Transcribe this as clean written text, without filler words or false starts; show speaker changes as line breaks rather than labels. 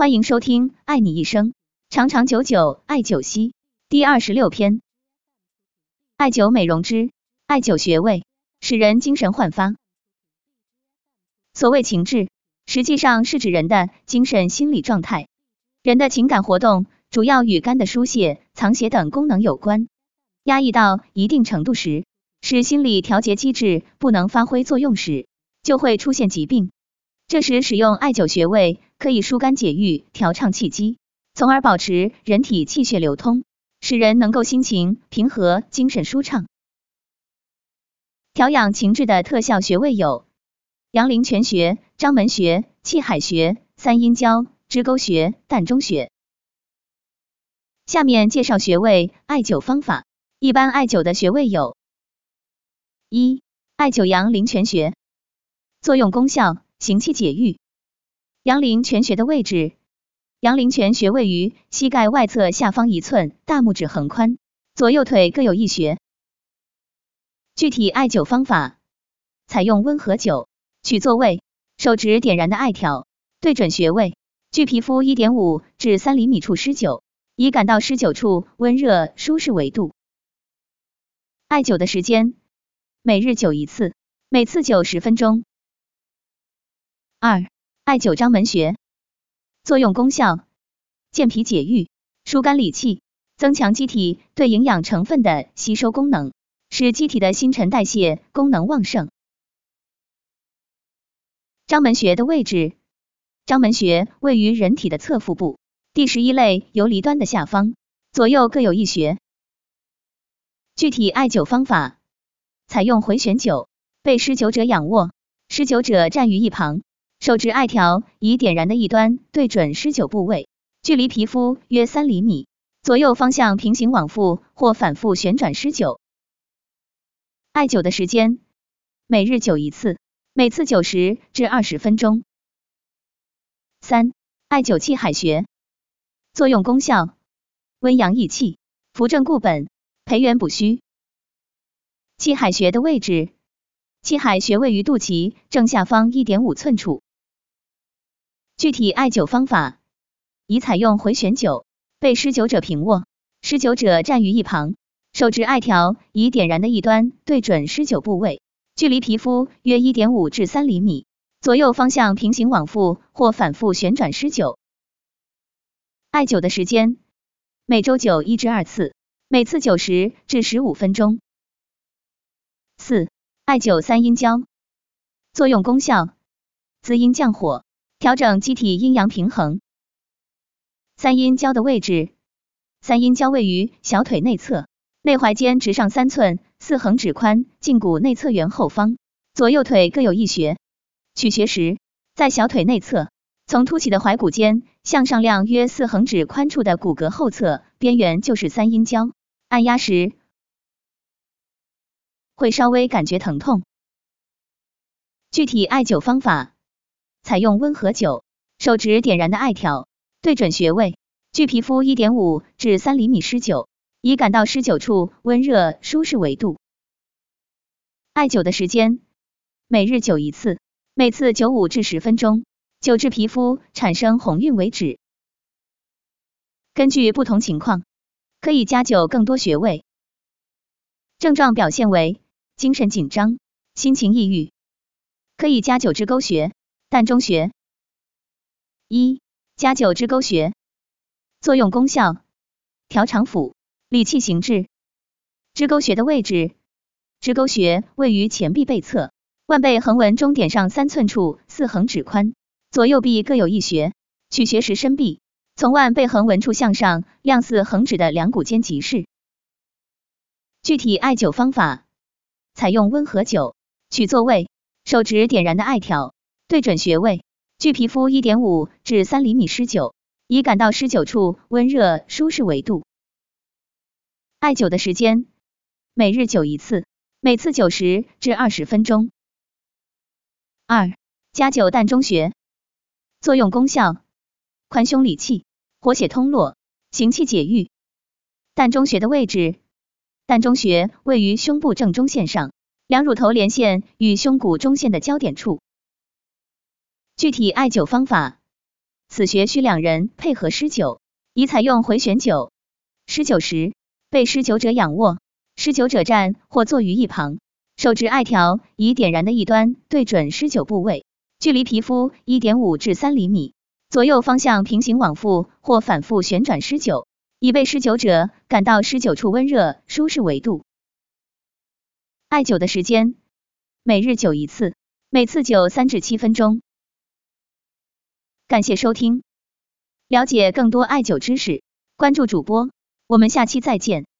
欢迎收听《爱你一生》，长长久久艾灸息第26篇。艾灸美容之艾灸穴位，使人精神焕发。所谓情志，实际上是指人的精神心理状态。人的情感活动主要与肝的疏泄、藏血等功能有关。压抑到一定程度时，使心理调节机制不能发挥作用时，就会出现疾病。这时使用艾灸穴位可以疏肝解郁、调畅气机，从而保持人体气血流通，使人能够心情平和、精神舒畅。调养情志的特效穴位有阳陵泉穴、章门穴、气海穴、三阴交、支沟穴、膻中穴。下面介绍穴位艾灸方法。一般艾灸的穴位有：一、艾灸阳陵泉穴。作用功效：行气解郁。阳陵泉穴的位置：阳陵泉穴位于膝盖外侧下方1寸，大拇指横宽，左右腿各有1穴。具体艾灸方法：采用温和灸，取座位，手指点燃的艾条，对准穴位，距皮肤1.5至3厘米处施灸，以感到施灸处温热舒适为度。艾灸的时间：每日灸1次，每次灸10分钟。2、艾灸章门穴。作用功效：健脾解郁，疏肝理气，增强机体对营养成分的吸收功能，使机体的新陈代谢功能旺盛。章门穴的位置：章门穴位于人体的侧腹部，第11肋游离端的下方，左右各有1穴。具体艾灸方法：采用回旋灸，被施灸者仰卧，施灸者站于一旁，手持艾条以点燃的一端对准施灸部位，距离皮肤约3厘米，左右方向平行往复或反复旋转施灸。艾灸的时间：每日灸1次，每次灸10至20分钟。3、艾灸气海穴。作用功效：温阳益气，扶正固本，培元补虚。气海穴的位置：气海穴位于肚脐正下方1.5寸处。具体艾灸方法：宜采用回旋灸，被施灸者平卧，施灸者站于一旁，手持艾条以点燃的一端对准施灸部位，距离皮肤约1.5至3厘米，左右方向平行往复或反复旋转施灸。艾灸的时间：每周灸1至2次，每次灸10至15分钟。4、艾灸三阴交。作用功效：滋阴降火，调整机体阴阳平衡。三阴交的位置：三阴交位于小腿内侧，内踝尖直上3寸，4横指宽，胫骨内侧缘后方，左右腿各有1穴。取穴时，在小腿内侧，从凸起的踝骨尖向上量约4横指宽处的骨骼后侧边缘就是三阴交。按压时会稍微感觉疼痛。具体艾灸方法：采用温和灸，手指点燃的艾条，对准穴位，距皮肤1.5至3厘米施灸，以感到施灸处温热舒适为度。艾灸的时间：每日灸1次，每次灸5至10分钟，灸至皮肤产生红晕为止。根据不同情况，可以加灸更多穴位。症状表现为精神紧张、心情抑郁，可以加灸支沟穴、膻中穴。1、加灸支沟穴。作用功效：调肠腑，理气行志。支沟穴的位置：支沟穴位于前臂背侧，腕背横纹中点上3寸处，4横指宽，左右臂各有1穴。取穴时伸臂，从腕背横纹处向上量4横指的两股间即是。具体艾灸方法：采用温和灸，取座位，手指点燃的艾条，对准穴位，距皮肤1.5至3厘米施灸，以感到施灸处温热舒适为度。艾灸的时间：每日灸1次，每次灸10至20分钟。2、加灸膻中穴。作用功效：宽胸理气，活血通络，行气解郁。膻中穴的位置：膻中穴位于胸部正中线上，两乳头连线与胸骨中线的交点处。具体艾灸方法： 此穴需2人配合施灸，宜采用回旋灸。施灸时，被施灸者仰卧，施灸者站或坐于一旁，手持艾条，以点燃的一端对准施灸部位，距离皮肤 1.5 至3厘米，左右方向平行往复或反复旋转施灸，以被施灸者感到施灸处温热、舒适为度。艾灸的时间，每日灸1次，每次灸3至7分钟。感谢收听，了解更多艾灸知识，关注主播，我们下期再见。